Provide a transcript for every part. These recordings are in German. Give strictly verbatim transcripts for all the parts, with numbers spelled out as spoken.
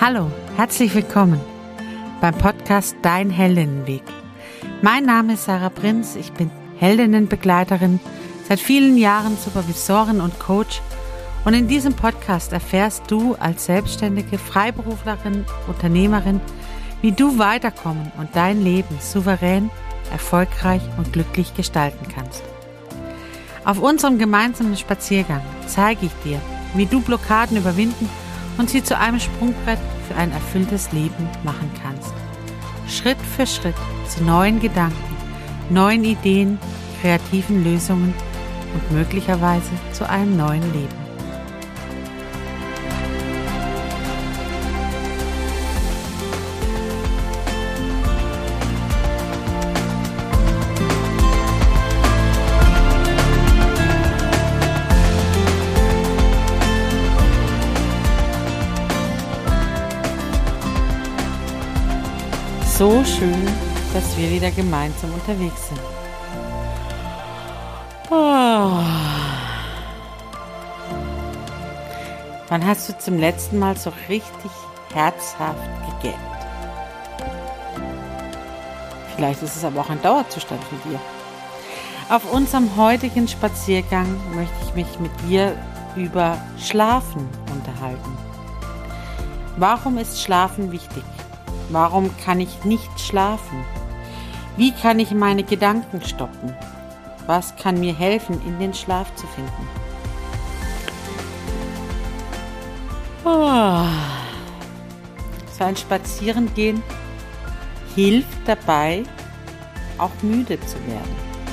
Hallo, herzlich willkommen beim Podcast Dein Heldinnenweg. Mein Name ist Sarah Prinz, ich bin Heldinnenbegleiterin, seit vielen Jahren Supervisorin und Coach, und in diesem Podcast erfährst du als selbstständige Freiberuflerin, Unternehmerin, wie du weiterkommen und dein Leben souverän, erfolgreich und glücklich gestalten kannst. Auf unserem gemeinsamen Spaziergang zeige ich dir, wie du Blockaden überwinden und sie zu einem Sprungbrett für ein erfülltes Leben machen kannst. Schritt für Schritt zu neuen Gedanken, neuen Ideen, kreativen Lösungen und möglicherweise zu einem neuen Leben. So schön, dass wir wieder gemeinsam unterwegs sind. Oh. Wann hast du zum letzten Mal so richtig herzhaft gegähnt? Vielleicht ist es aber auch ein Dauerzustand für dir. Auf unserem heutigen Spaziergang möchte ich mich mit dir über Schlafen unterhalten. Warum ist Schlafen wichtig? Warum kann ich nicht schlafen? Wie kann ich meine Gedanken stoppen? Was kann mir helfen, in den Schlaf zu finden? Oh. So ein Spazierengehen hilft dabei, auch müde zu werden.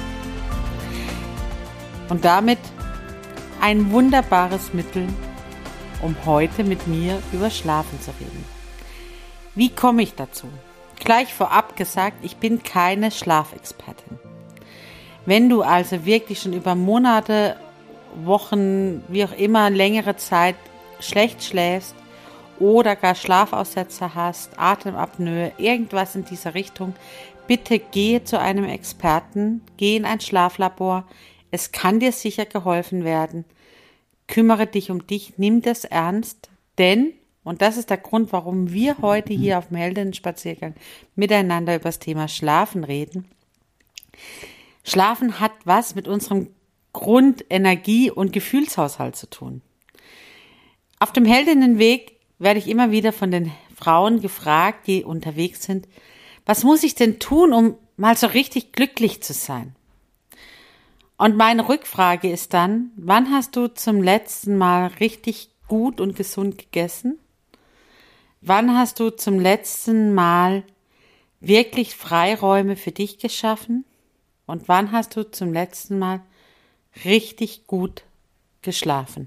Und damit ein wunderbares Mittel, um heute mit mir über Schlafen zu reden. Wie komme ich dazu? Gleich vorab gesagt, ich bin keine Schlafexpertin. Wenn du also wirklich schon über Monate, Wochen, wie auch immer, längere Zeit schlecht schläfst oder gar Schlafaussetzer hast, Atemapnoe, irgendwas in dieser Richtung, bitte gehe zu einem Experten, geh in ein Schlaflabor. Es kann dir sicher geholfen werden. Kümmere dich um dich, nimm das ernst, denn und das ist der Grund, warum wir heute hier auf dem Heldinnenspaziergang miteinander über das Thema Schlafen reden. Schlafen hat was mit unserem Grundenergie- und Gefühlshaushalt zu tun. Auf dem Heldinnenweg werde ich immer wieder von den Frauen gefragt, die unterwegs sind, was muss ich denn tun, um mal so richtig glücklich zu sein? Und meine Rückfrage ist dann, wann hast du zum letzten Mal richtig gut und gesund gegessen? Wann hast du zum letzten Mal wirklich Freiräume für dich geschaffen? Und wann hast du zum letzten Mal richtig gut geschlafen?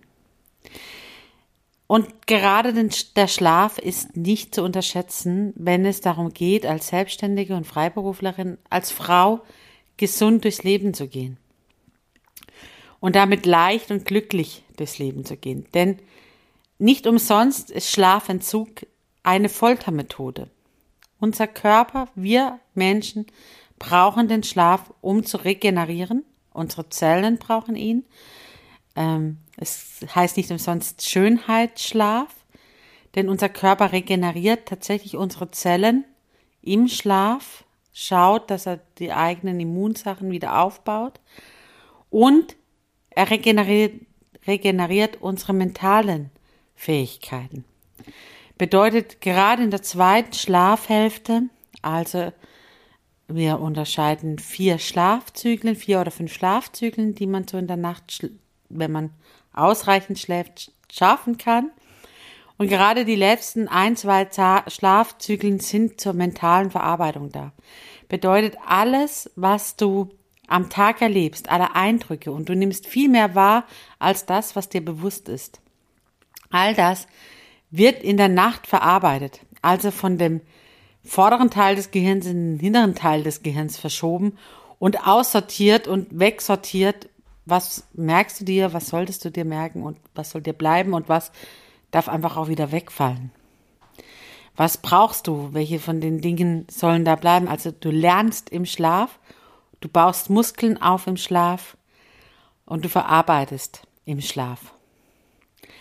Und gerade der Schlaf ist nicht zu unterschätzen, wenn es darum geht, als Selbstständige und Freiberuflerin, als Frau gesund durchs Leben zu gehen. Und damit leicht und glücklich durchs Leben zu gehen. Denn nicht umsonst ist Schlafentzug eine Foltermethode. Unser Körper, wir Menschen, brauchen den Schlaf, um zu regenerieren. Unsere Zellen brauchen ihn. Ähm, es heißt nicht umsonst Schönheitsschlaf, denn unser Körper regeneriert tatsächlich unsere Zellen im Schlaf, schaut, dass er die eigenen Immunsachen wieder aufbaut, und er regeneriert, regeneriert unsere mentalen Fähigkeiten. Bedeutet, gerade in der zweiten Schlafhälfte, also wir unterscheiden vier Schlafzyklen, vier oder fünf Schlafzyklen, die man so in der Nacht, wenn man ausreichend schläft, schaffen kann. Und gerade die letzten ein, zwei Schlafzyklen sind zur mentalen Verarbeitung da. Bedeutet, alles, was du am Tag erlebst, alle Eindrücke, und du nimmst viel mehr wahr als das, was dir bewusst ist. All das wird in der Nacht verarbeitet, also von dem vorderen Teil des Gehirns in den hinteren Teil des Gehirns verschoben und aussortiert und wegsortiert. Was merkst du dir, was solltest du dir merken und was soll dir bleiben und was darf einfach auch wieder wegfallen? Was brauchst du? Welche von den Dingen sollen da bleiben? Also du lernst im Schlaf, du baust Muskeln auf im Schlaf und du verarbeitest im Schlaf.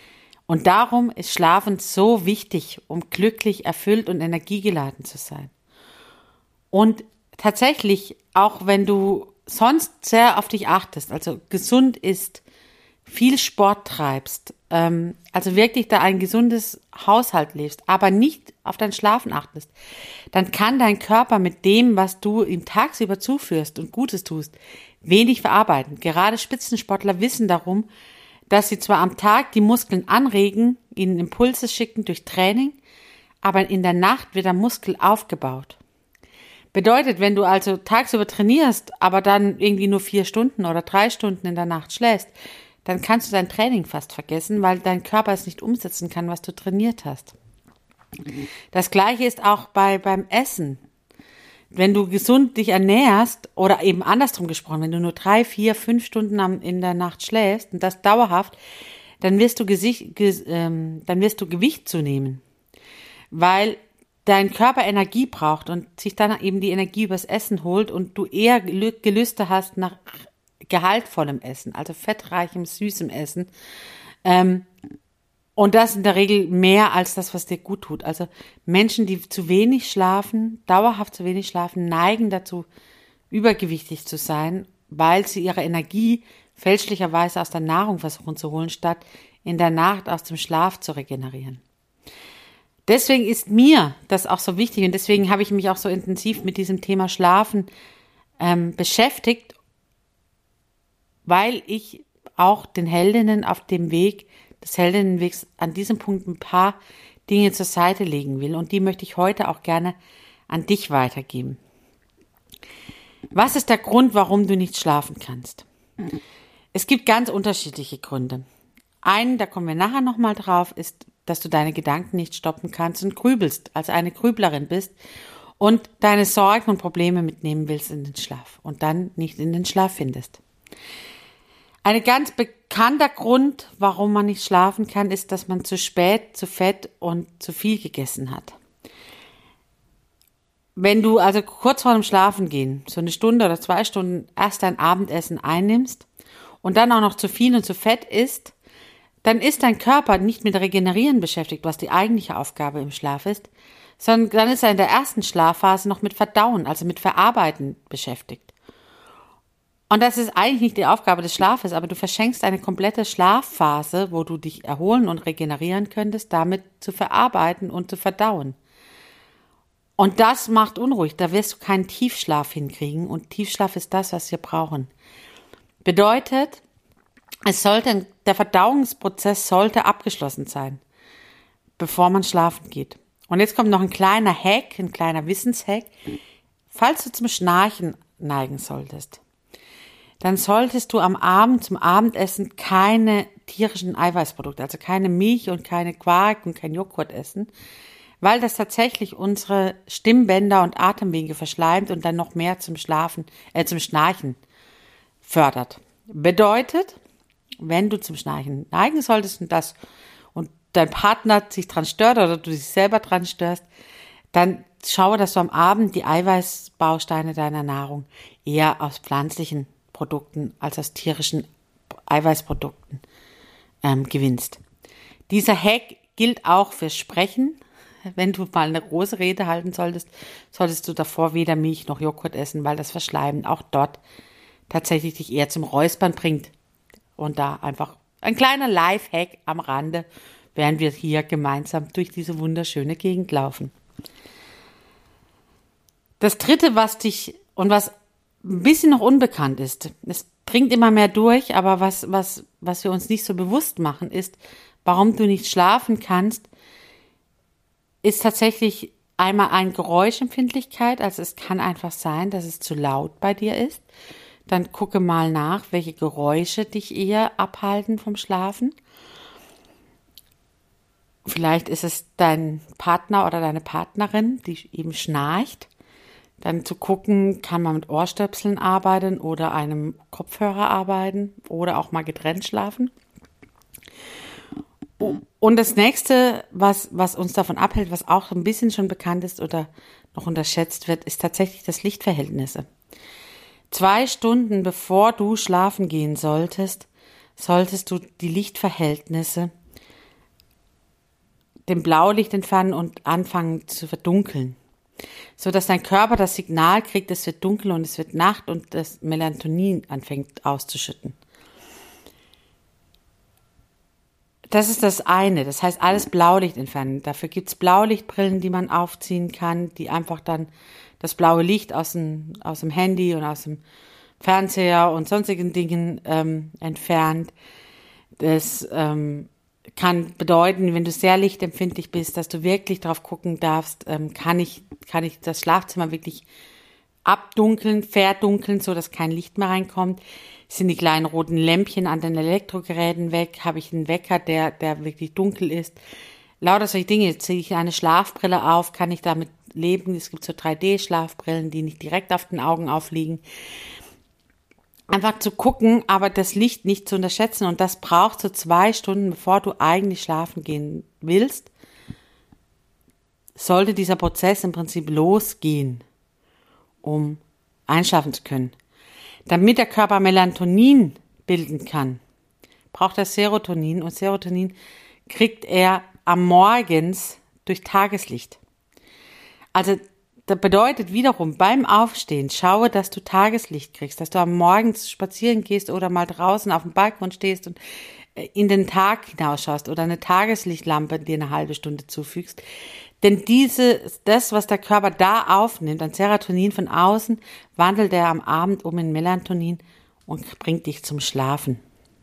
Und darum ist Schlafen so wichtig, um glücklich, erfüllt und energiegeladen zu sein. Und tatsächlich, auch wenn du sonst sehr auf dich achtest, also gesund isst, viel Sport treibst, ähm, also wirklich da ein gesundes Haushalt lebst, aber nicht auf dein Schlafen achtest, dann kann dein Körper mit dem, was du ihm tagsüber zuführst und Gutes tust, wenig verarbeiten. Gerade Spitzensportler wissen darum, dass sie zwar am Tag die Muskeln anregen, ihnen Impulse schicken durch Training, aber in der Nacht wird der Muskel aufgebaut. Bedeutet, wenn du also tagsüber trainierst, aber dann irgendwie nur vier Stunden oder drei Stunden in der Nacht schläfst, dann kannst du dein Training fast vergessen, weil dein Körper es nicht umsetzen kann, was du trainiert hast. Das Gleiche ist auch bei, beim Essen. Wenn du gesund dich ernährst oder eben andersrum gesprochen, wenn du nur drei, vier, fünf Stunden am, in der Nacht schläfst und das dauerhaft, dann wirst du, Gesicht, ges, ähm, dann wirst du Gewicht zunehmen, weil dein Körper Energie braucht und sich dann eben die Energie übers Essen holt und du eher Gelüste hast nach gehaltvollem Essen, also fettreichem, süßem Essen. Ähm, und das in der Regel mehr als das, was dir gut tut. Also Menschen, die zu wenig schlafen, dauerhaft zu wenig schlafen, neigen dazu, übergewichtig zu sein, weil sie ihre Energie fälschlicherweise aus der Nahrung versuchen zu holen, statt in der Nacht aus dem Schlaf zu regenerieren. Deswegen ist mir das auch so wichtig und deswegen habe ich mich auch so intensiv mit diesem Thema Schlafen ähm, beschäftigt, weil ich auch den Heldinnen auf dem Weg des Heldinnenwegs an diesem Punkt ein paar Dinge zur Seite legen will und die möchte ich heute auch gerne an dich weitergeben. Was ist der Grund, warum du nicht schlafen kannst? Es gibt ganz unterschiedliche Gründe. Einen, da kommen wir nachher nochmal drauf, ist, dass du deine Gedanken nicht stoppen kannst und grübelst, also eine Grüblerin bist und deine Sorgen und Probleme mitnehmen willst in den Schlaf und dann nicht in den Schlaf findest. Ein ganz bekannter Grund, warum man nicht schlafen kann, ist, dass man zu spät, zu fett und zu viel gegessen hat. Wenn du also kurz vor dem Schlafengehen, so eine Stunde oder zwei Stunden erst dein Abendessen einnimmst und dann auch noch zu viel und zu fett isst, dann ist dein Körper nicht mit Regenerieren beschäftigt, was die eigentliche Aufgabe im Schlaf ist, sondern dann ist er in der ersten Schlafphase noch mit Verdauen, also mit Verarbeiten beschäftigt. Und das ist eigentlich nicht die Aufgabe des Schlafes, aber du verschenkst eine komplette Schlafphase, wo du dich erholen und regenerieren könntest, damit zu verarbeiten und zu verdauen. Und das macht unruhig, da wirst du keinen Tiefschlaf hinkriegen und Tiefschlaf ist das, was wir brauchen. Bedeutet, es sollte, der Verdauungsprozess sollte abgeschlossen sein, bevor man schlafen geht. Und jetzt kommt noch ein kleiner Hack, ein kleiner Wissenshack. Falls du zum Schnarchen neigen solltest, dann solltest du am Abend zum Abendessen keine tierischen Eiweißprodukte, also keine Milch und keine Quark und kein Joghurt essen, weil das tatsächlich unsere Stimmbänder und Atemwege verschleimt und dann noch mehr zum Schlafen, äh, zum Schnarchen fördert. Bedeutet, wenn du zum Schnarchen neigen solltest und das und dein Partner sich dran stört oder du dich selber dran störst, dann schaue, dass du am Abend die Eiweißbausteine deiner Nahrung eher aus pflanzlichen Produkten als aus tierischen Eiweißprodukten ähm, gewinnst. Dieser Hack gilt auch fürs Sprechen. Wenn du mal eine große Rede halten solltest, solltest du davor weder Milch noch Joghurt essen, weil das Verschleimen auch dort tatsächlich dich eher zum Räuspern bringt. Und da einfach ein kleiner Lifehack am Rande, während wir hier gemeinsam durch diese wunderschöne Gegend laufen. Das Dritte, was dich und was ein bisschen noch unbekannt ist, es dringt immer mehr durch, aber was, was, was wir uns nicht so bewusst machen, ist, warum du nicht schlafen kannst, ist tatsächlich einmal eine Geräuschempfindlichkeit, also es kann einfach sein, dass es zu laut bei dir ist. Dann gucke mal nach, welche Geräusche dich eher abhalten vom Schlafen. Vielleicht ist es dein Partner oder deine Partnerin, die eben schnarcht. Dann zu gucken, kann man mit Ohrstöpseln arbeiten oder einem Kopfhörer arbeiten oder auch mal getrennt schlafen. Und das nächste, was, was uns davon abhält, was auch ein bisschen schon bekannt ist oder noch unterschätzt wird, ist tatsächlich das Lichtverhältnisse. Zwei Stunden bevor du schlafen gehen solltest, solltest du die Lichtverhältnisse dem Blaulicht entfernen und anfangen zu verdunkeln. So dass dein Körper das Signal kriegt, es wird dunkel und es wird Nacht und das Melatonin anfängt auszuschütten. Das ist das eine, das heißt alles Blaulicht entfernen. Dafür gibt es Blaulichtbrillen, die man aufziehen kann, die einfach dann das blaue Licht aus dem, aus dem Handy und aus dem Fernseher und sonstigen Dingen ähm, entfernt. Das ähm, kann bedeuten, wenn du sehr lichtempfindlich bist, dass du wirklich drauf gucken darfst, ähm, kann ich, kann ich das Schlafzimmer wirklich abdunkeln, verdunkeln, so dass kein Licht mehr reinkommt. Sind die kleinen roten Lämpchen an den Elektrogeräten weg? Habe ich einen Wecker, der, der wirklich dunkel ist? Lauter solche Dinge. Ziehe ich eine Schlafbrille auf? Kann ich damit leben? Es gibt so drei D-Schlafbrillen, die nicht direkt auf den Augen aufliegen. Einfach zu gucken, aber das Licht nicht zu unterschätzen. Und das braucht so zwei Stunden, bevor du eigentlich schlafen gehen willst, sollte dieser Prozess im Prinzip losgehen, um einschlafen zu können. Damit der Körper Melatonin bilden kann, braucht er Serotonin und Serotonin kriegt er am Morgens durch Tageslicht. Also das bedeutet wiederum beim Aufstehen, schaue, dass du Tageslicht kriegst, dass du am Morgen spazieren gehst oder mal draußen auf dem Balkon stehst und in den Tag hinausschaust oder eine Tageslichtlampe dir eine halbe Stunde zufügst. Denn diese, das, was der Körper da aufnimmt, an Serotonin von außen, wandelt er am Abend um in Melatonin und bringt dich zum Schlafen.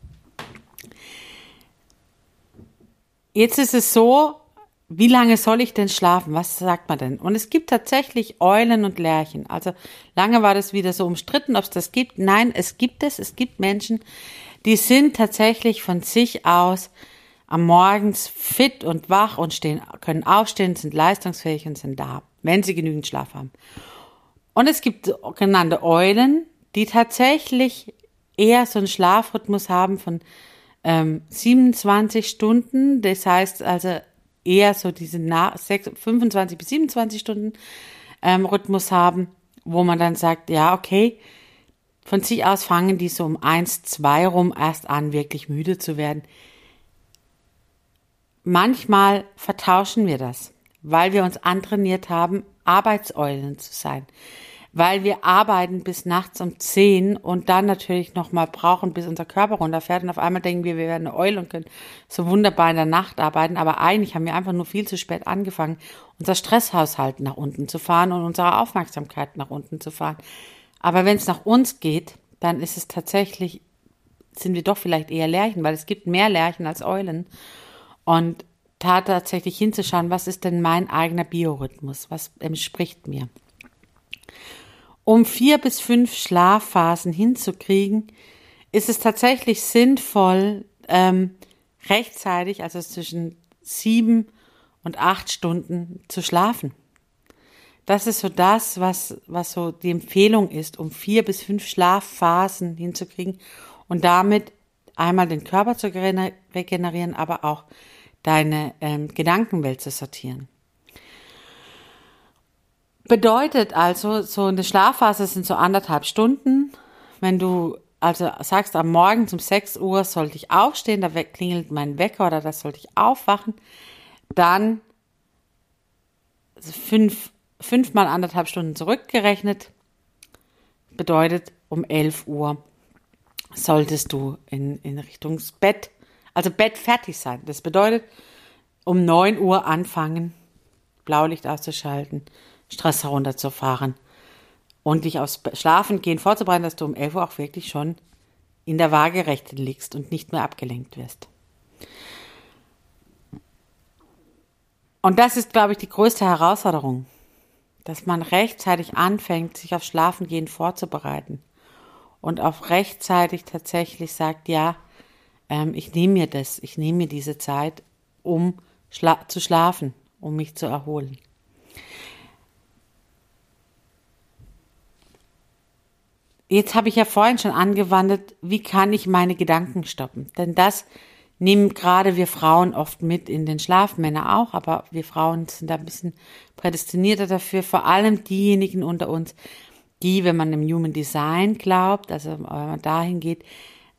Jetzt ist es so, wie lange soll ich denn schlafen? Was sagt man denn? Und es gibt tatsächlich Eulen und Lerchen. Also lange war das wieder so umstritten, ob es das gibt. Nein, es gibt es. Es gibt Menschen, die sind tatsächlich von sich aus am Morgens fit und wach und stehen, können aufstehen, sind leistungsfähig und sind da, wenn sie genügend Schlaf haben. Und es gibt genannte Eulen, die tatsächlich eher so einen Schlafrhythmus haben von ähm, siebenundzwanzig Stunden. Das heißt also eher so diesen nach fünfundzwanzig bis siebenundzwanzig Stunden ähm, Rhythmus haben, wo man dann sagt, ja, okay, von sich aus fangen die so um eins, zwei rum erst an, wirklich müde zu werden. Manchmal vertauschen wir das, weil wir uns antrainiert haben, Arbeitseulen zu sein. Weil wir arbeiten bis nachts um zehn und dann natürlich nochmal brauchen, bis unser Körper runterfährt. Und auf einmal denken wir, wir werden eine Eule und können so wunderbar in der Nacht arbeiten. Aber eigentlich haben wir einfach nur viel zu spät angefangen, unser Stresshaushalt nach unten zu fahren und unsere Aufmerksamkeit nach unten zu fahren. Aber wenn es nach uns geht, dann ist es tatsächlich, sind wir doch vielleicht eher Lerchen, weil es gibt mehr Lerchen als Eulen. Und da tatsächlich hinzuschauen, was ist denn mein eigener Biorhythmus, was entspricht mir. Um vier bis fünf Schlafphasen hinzukriegen, ist es tatsächlich sinnvoll, ähm, rechtzeitig, also zwischen sieben und acht Stunden zu schlafen. Das ist so das, was, was so die Empfehlung ist, um vier bis fünf Schlafphasen hinzukriegen und damit einmal den Körper zu regenerieren, aber auch deine ähm, Gedankenwelt zu sortieren. Bedeutet also, so eine Schlafphase sind so anderthalb Stunden. Wenn du also sagst, am Morgen um sechs Uhr sollte ich aufstehen, da klingelt mein Wecker oder das sollte ich aufwachen, dann fünf, fünfmal anderthalb Stunden zurückgerechnet, bedeutet um elf Uhr solltest du in, in Richtung Bett, also Bett fertig sein. Das bedeutet, um neun Uhr anfangen, Blaulicht auszuschalten, Stress herunterzufahren und dich aufs Schlafengehen vorzubereiten, dass du um elf Uhr auch wirklich schon in der Waagerechten liegst und nicht mehr abgelenkt wirst. Und das ist, glaube ich, die größte Herausforderung, dass man rechtzeitig anfängt, sich aufs Schlafengehen vorzubereiten und auch rechtzeitig tatsächlich sagt, ja, ähm, ich nehme mir das, ich nehme mir diese Zeit, um schla- zu schlafen, um mich zu erholen. Jetzt habe ich ja vorhin schon angewandt, wie kann ich meine Gedanken stoppen? Denn das nehmen gerade wir Frauen oft mit in den Schlaf, Männer auch, aber wir Frauen sind da ein bisschen prädestinierter dafür, vor allem diejenigen unter uns, die, wenn man im Human Design glaubt, also wenn man dahin geht,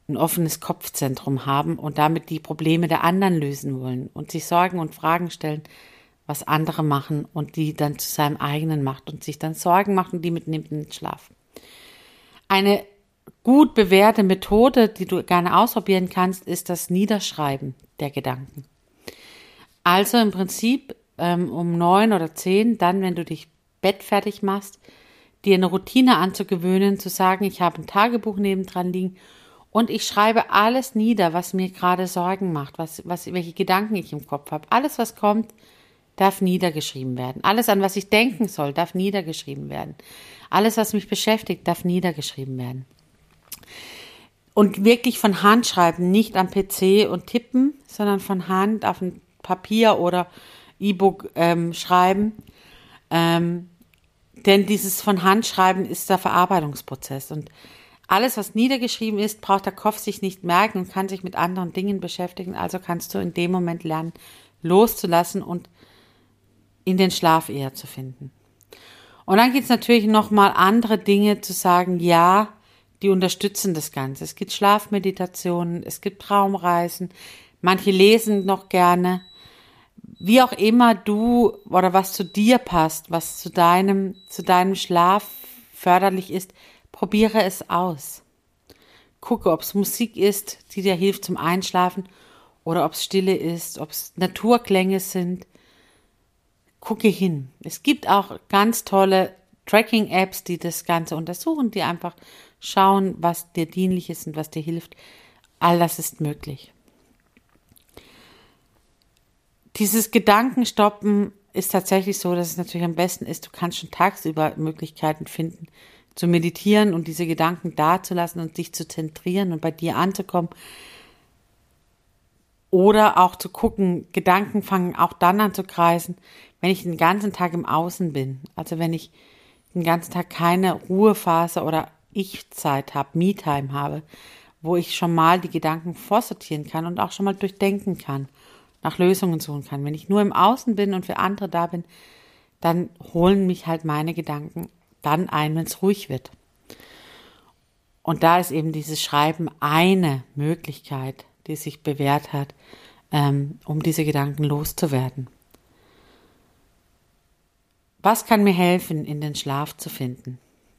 ein offenes Kopfzentrum haben und damit die Probleme der anderen lösen wollen und sich Sorgen und Fragen stellen, was andere machen und die dann zu seinem eigenen macht und sich dann Sorgen macht und die mitnimmt in den Schlaf. Eine gut bewährte Methode, die du gerne ausprobieren kannst, ist das Niederschreiben der Gedanken. Also im Prinzip ähm, um neun oder zehn, dann, wenn du dich bettfertig machst, dir eine Routine anzugewöhnen, zu sagen, ich habe ein Tagebuch nebendran liegen und ich schreibe alles nieder, was mir gerade Sorgen macht, was, was, welche Gedanken ich im Kopf habe. Alles, was kommt, darf niedergeschrieben werden. Alles, an was ich denken soll, darf niedergeschrieben werden. Alles, was mich beschäftigt, darf niedergeschrieben werden. Und wirklich von Hand schreiben, nicht am P C und tippen, sondern von Hand auf ein Papier oder E-Book ähm, schreiben. Ähm, denn dieses von Hand schreiben ist der Verarbeitungsprozess. Und alles, was niedergeschrieben ist, braucht der Kopf sich nicht merken und kann sich mit anderen Dingen beschäftigen. Also kannst du in dem Moment lernen, loszulassen und in den Schlaf eher zu finden. Und dann gibt es natürlich nochmal andere Dinge zu sagen, ja, die unterstützen das Ganze. Es gibt Schlafmeditationen, es gibt Traumreisen, manche lesen noch gerne. Wie auch immer du oder was zu dir passt, was zu deinem, zu deinem Schlaf förderlich ist, probiere es aus. Gucke, ob es Musik ist, die dir hilft zum Einschlafen oder ob es Stille ist, ob es Naturklänge sind. Gucke hin. Es gibt auch ganz tolle Tracking-Apps, die das Ganze untersuchen, die einfach schauen, was dir dienlich ist und was dir hilft. All das ist möglich. Dieses Gedankenstoppen ist tatsächlich so, dass es natürlich am besten ist, du kannst schon tagsüber Möglichkeiten finden, zu meditieren und diese Gedanken dazulassen und dich zu zentrieren und bei dir anzukommen. Oder auch zu gucken, Gedanken fangen auch dann an zu kreisen, wenn ich den ganzen Tag im Außen bin. Also wenn ich den ganzen Tag keine Ruhephase oder Ich-Zeit habe, Me-Time habe, wo ich schon mal die Gedanken vorsortieren kann und auch schon mal durchdenken kann, nach Lösungen suchen kann. Wenn ich nur im Außen bin und für andere da bin, dann holen mich halt meine Gedanken dann ein, wenn es ruhig wird. Und da ist eben dieses Schreiben eine Möglichkeit, die sich bewährt hat, ähm, um diese Gedanken loszuwerden. Was kann mir helfen, in den Schlaf zu finden?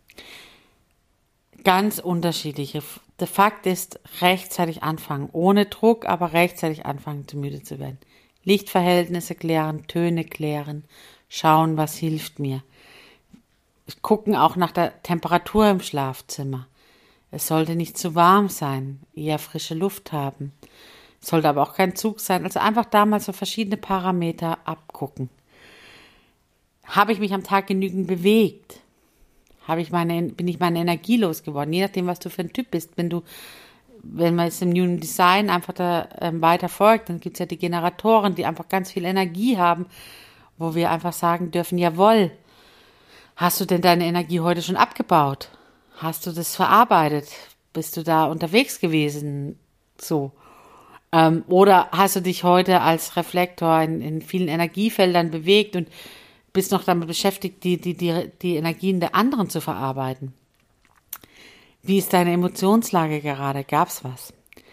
Ganz unterschiedliche. Der Fakt ist, rechtzeitig anfangen, ohne Druck, aber rechtzeitig anfangen, zu müde zu werden. Lichtverhältnisse klären, Töne klären, schauen, was hilft mir. Gucken auch nach der Temperatur im Schlafzimmer. Es sollte nicht zu warm sein, eher frische Luft haben. Es sollte aber auch kein Zug sein. Also einfach da mal so verschiedene Parameter abgucken. Habe ich mich am Tag genügend bewegt? Habe ich meine, bin ich meine Energie losgeworden? Je nachdem, was du für ein Typ bist. Wenn du, wenn man jetzt im Human Design einfach da ähm, weiter folgt, dann gibt es ja die Generatoren, die einfach ganz viel Energie haben, wo wir einfach sagen dürfen, jawohl, hast du denn deine Energie heute schon abgebaut? Hast du das verarbeitet? Bist du da unterwegs gewesen? So. Ähm, oder hast du dich heute als Reflektor in, in vielen Energiefeldern bewegt und bist noch damit beschäftigt, die, die, die, die Energien der anderen zu verarbeiten? Wie ist deine Emotionslage gerade? Gab's was?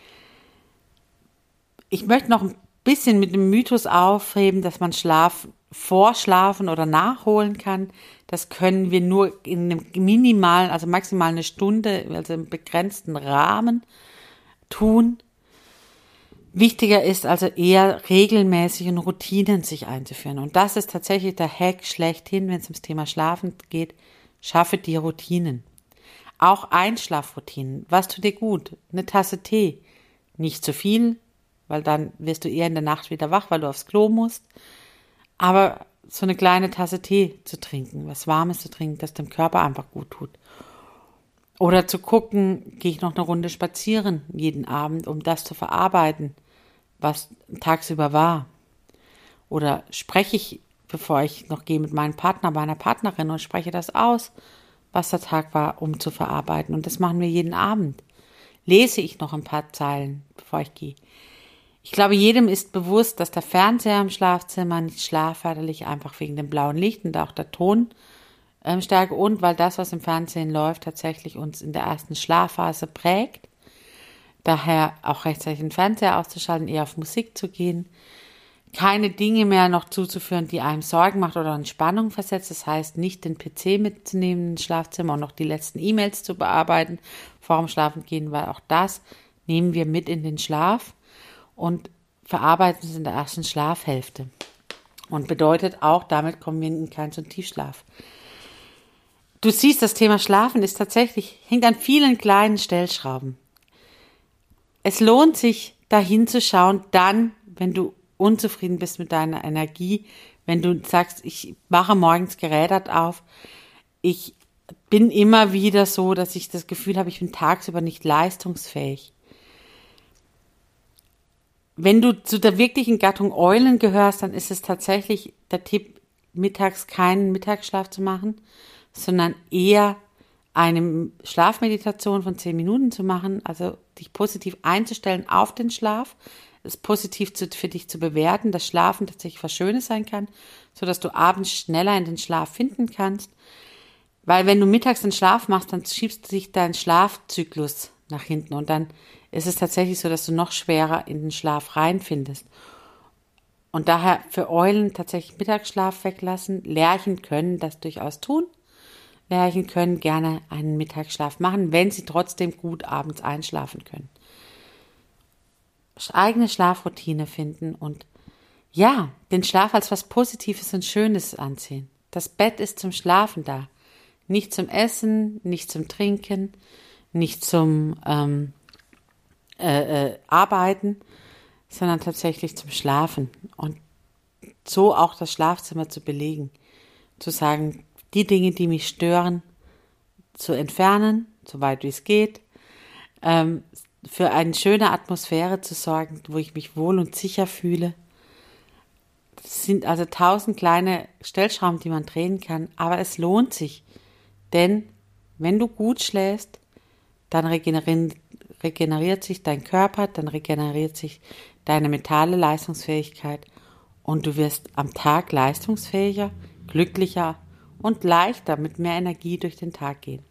Ich möchte noch ein bisschen mit dem Mythos aufheben, dass man Schlaf vorschlafen oder nachholen kann. Das können wir nur in einem minimalen, also maximal eine Stunde, also im begrenzten Rahmen tun. Wichtiger ist also eher regelmäßig in Routinen sich einzuführen. Und das ist tatsächlich der Hack schlechthin, wenn es ums Thema Schlafen geht. Schaffe dir Routinen. Auch Einschlafroutinen. Was tut dir gut? Eine Tasse Tee. Nicht zu viel, weil dann wirst du eher in der Nacht wieder wach, weil du aufs Klo musst. Aber so eine kleine Tasse Tee zu trinken, was Warmes zu trinken, das dem Körper einfach gut tut. Oder zu gucken, gehe ich noch eine Runde spazieren jeden Abend, um das zu verarbeiten, was tagsüber war. Oder spreche ich, bevor ich noch gehe, mit meinem Partner, meiner Partnerin und spreche das aus, was der Tag war, um zu verarbeiten. Und das machen wir jeden Abend. Lese ich noch ein paar Zeilen, bevor ich gehe. Ich glaube, jedem ist bewusst, dass der Fernseher im Schlafzimmer nicht schlafförderlich, einfach wegen dem blauen Licht und auch der Tonstärke und weil das, was im Fernsehen läuft, tatsächlich uns in der ersten Schlafphase prägt. Daher auch rechtzeitig den Fernseher auszuschalten, eher auf Musik zu gehen. Keine Dinge mehr noch zuzuführen, die einem Sorgen macht oder in Spannung versetzt. Das heißt, nicht den P C mitzunehmen ins Schlafzimmer und noch die letzten E-Mails zu bearbeiten vor dem Schlafengehen, weil auch das nehmen wir mit in den Schlaf und verarbeiten es in der ersten Schlafhälfte. Und bedeutet auch, damit kommen wir in keinen so einen Tiefschlaf. Du siehst, das Thema Schlafen ist tatsächlich, hängt an vielen kleinen Stellschrauben. Es lohnt sich, da hinzuschauen, dann, wenn du unzufrieden bist mit deiner Energie, wenn du sagst, ich mache morgens gerädert auf, ich bin immer wieder so, dass ich das Gefühl habe, ich bin tagsüber nicht leistungsfähig. Wenn du zu der wirklichen Gattung Eulen gehörst, dann ist es tatsächlich der Tipp, mittags keinen Mittagsschlaf zu machen, sondern eher eine Schlafmeditation von zehn Minuten zu machen, also dich positiv einzustellen auf den Schlaf, es positiv zu, für dich zu bewerten, dass Schlafen tatsächlich was Schönes sein kann, sodass du abends schneller in den Schlaf finden kannst. Weil wenn du mittags den Schlaf machst, dann schiebst sich dein Schlafzyklus nach hinten und dann ist es tatsächlich so, dass du noch schwerer in den Schlaf reinfindest. Und daher für Eulen tatsächlich Mittagsschlaf weglassen. Lerchen können das durchaus tun. Lerchen können gerne einen Mittagsschlaf machen, wenn sie trotzdem gut abends einschlafen können. Eigene Schlafroutine finden und ja, den Schlaf als was Positives und Schönes ansehen. Das Bett ist zum Schlafen da. Nicht zum Essen, nicht zum Trinken, nicht zum ähm, äh, äh, Arbeiten, sondern tatsächlich zum Schlafen. Und so auch das Schlafzimmer zu belegen. Zu sagen, die Dinge, die mich stören, zu entfernen, soweit wie es geht. Ähm, für eine schöne Atmosphäre zu sorgen, wo ich mich wohl und sicher fühle. Das sind also tausend kleine Stellschrauben, die man drehen kann, aber es lohnt sich, denn wenn du gut schläfst, dann regeneriert, regeneriert sich dein Körper, dann regeneriert sich deine mentale Leistungsfähigkeit und du wirst am Tag leistungsfähiger, glücklicher und leichter mit mehr Energie durch den Tag gehen.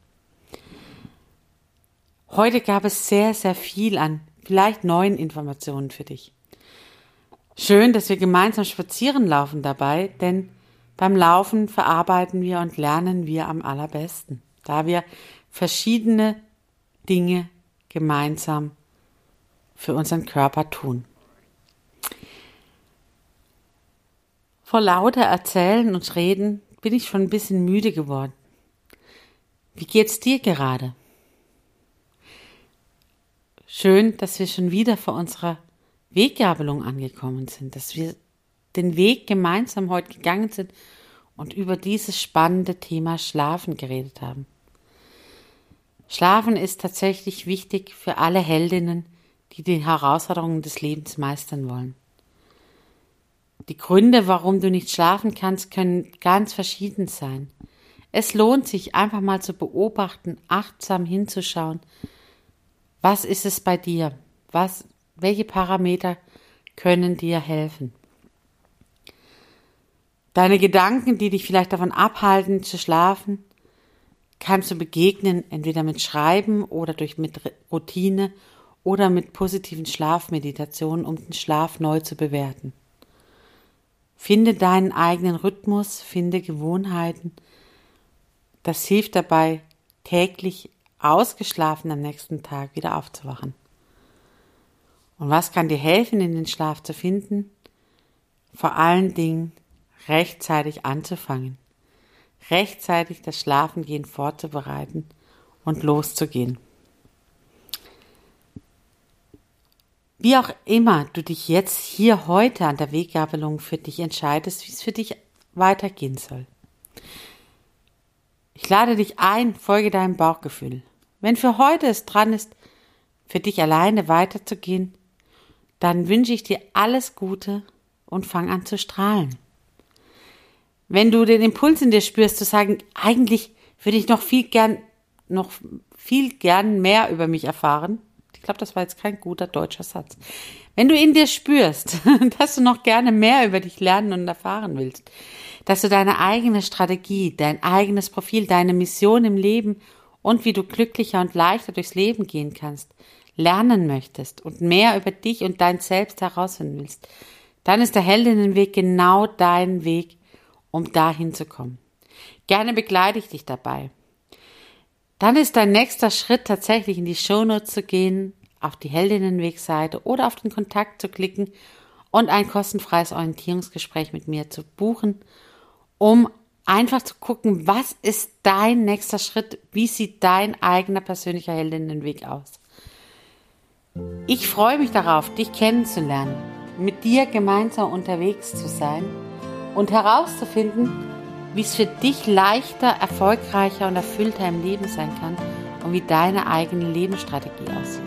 Heute gab es sehr, sehr viel an vielleicht neuen Informationen für dich. Schön, dass wir gemeinsam spazieren laufen dabei, denn beim Laufen verarbeiten wir und lernen wir am allerbesten, da wir verschiedene Dinge gemeinsam für unseren Körper tun. Vor lauter Erzählen und Reden bin ich schon ein bisschen müde geworden. Wie geht's dir gerade? Schön, dass wir schon wieder vor unserer Weggabelung angekommen sind, dass wir den Weg gemeinsam heute gegangen sind und über dieses spannende Thema Schlafen geredet haben. Schlafen ist tatsächlich wichtig für alle Heldinnen, die die Herausforderungen des Lebens meistern wollen. Die Gründe, warum du nicht schlafen kannst, können ganz verschieden sein. Es lohnt sich, einfach mal zu beobachten, achtsam hinzuschauen. Was ist es bei dir? Was, welche Parameter können dir helfen? Deine Gedanken, die dich vielleicht davon abhalten zu schlafen, kannst du begegnen, entweder mit Schreiben oder durch mit Routine oder mit positiven Schlafmeditationen, um den Schlaf neu zu bewerten. Finde deinen eigenen Rhythmus, finde Gewohnheiten. Das hilft dabei, täglich ausgeschlafen am nächsten Tag wieder aufzuwachen. Und was kann dir helfen, in den Schlaf zu finden? Vor allen Dingen rechtzeitig anzufangen, rechtzeitig das Schlafengehen vorzubereiten und loszugehen. Wie auch immer du dich jetzt hier heute an der Weggabelung für dich entscheidest, wie es für dich weitergehen soll. Ich lade dich ein, folge deinem Bauchgefühl. Wenn für heute es dran ist, für dich alleine weiterzugehen, dann wünsche ich dir alles Gute und fang an zu strahlen. Wenn du den Impuls in dir spürst, zu sagen, eigentlich würde ich noch viel gern, noch viel gern mehr über mich erfahren. Ich glaube, das war jetzt kein guter deutscher Satz. Wenn du in dir spürst, dass du noch gerne mehr über dich lernen und erfahren willst, dass du deine eigene Strategie, dein eigenes Profil, deine Mission im Leben und wie du glücklicher und leichter durchs Leben gehen kannst, lernen möchtest und mehr über dich und dein Selbst herausfinden willst, dann ist der Heldinnenweg genau dein Weg, um dahin zu kommen. Gerne begleite ich dich dabei. Dann ist dein nächster Schritt tatsächlich in die Shownotes zu gehen, auf die Heldinnenwegseite oder auf den Kontakt zu klicken und ein kostenfreies Orientierungsgespräch mit mir zu buchen, um einfach zu gucken, was ist dein nächster Schritt, wie sieht dein eigener persönlicher Heldinnenweg aus. Ich freue mich darauf, dich kennenzulernen, mit dir gemeinsam unterwegs zu sein und herauszufinden, wie es für dich leichter, erfolgreicher und erfüllter im Leben sein kann und wie deine eigene Lebensstrategie aussieht.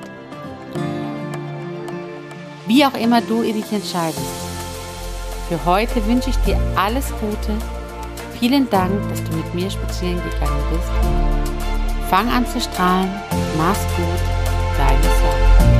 Wie auch immer du dich entscheidest. Für heute wünsche ich dir alles Gute. Vielen Dank, dass du mit mir spazieren gegangen bist. Fang an zu strahlen. Mach's gut. Deine Sarah.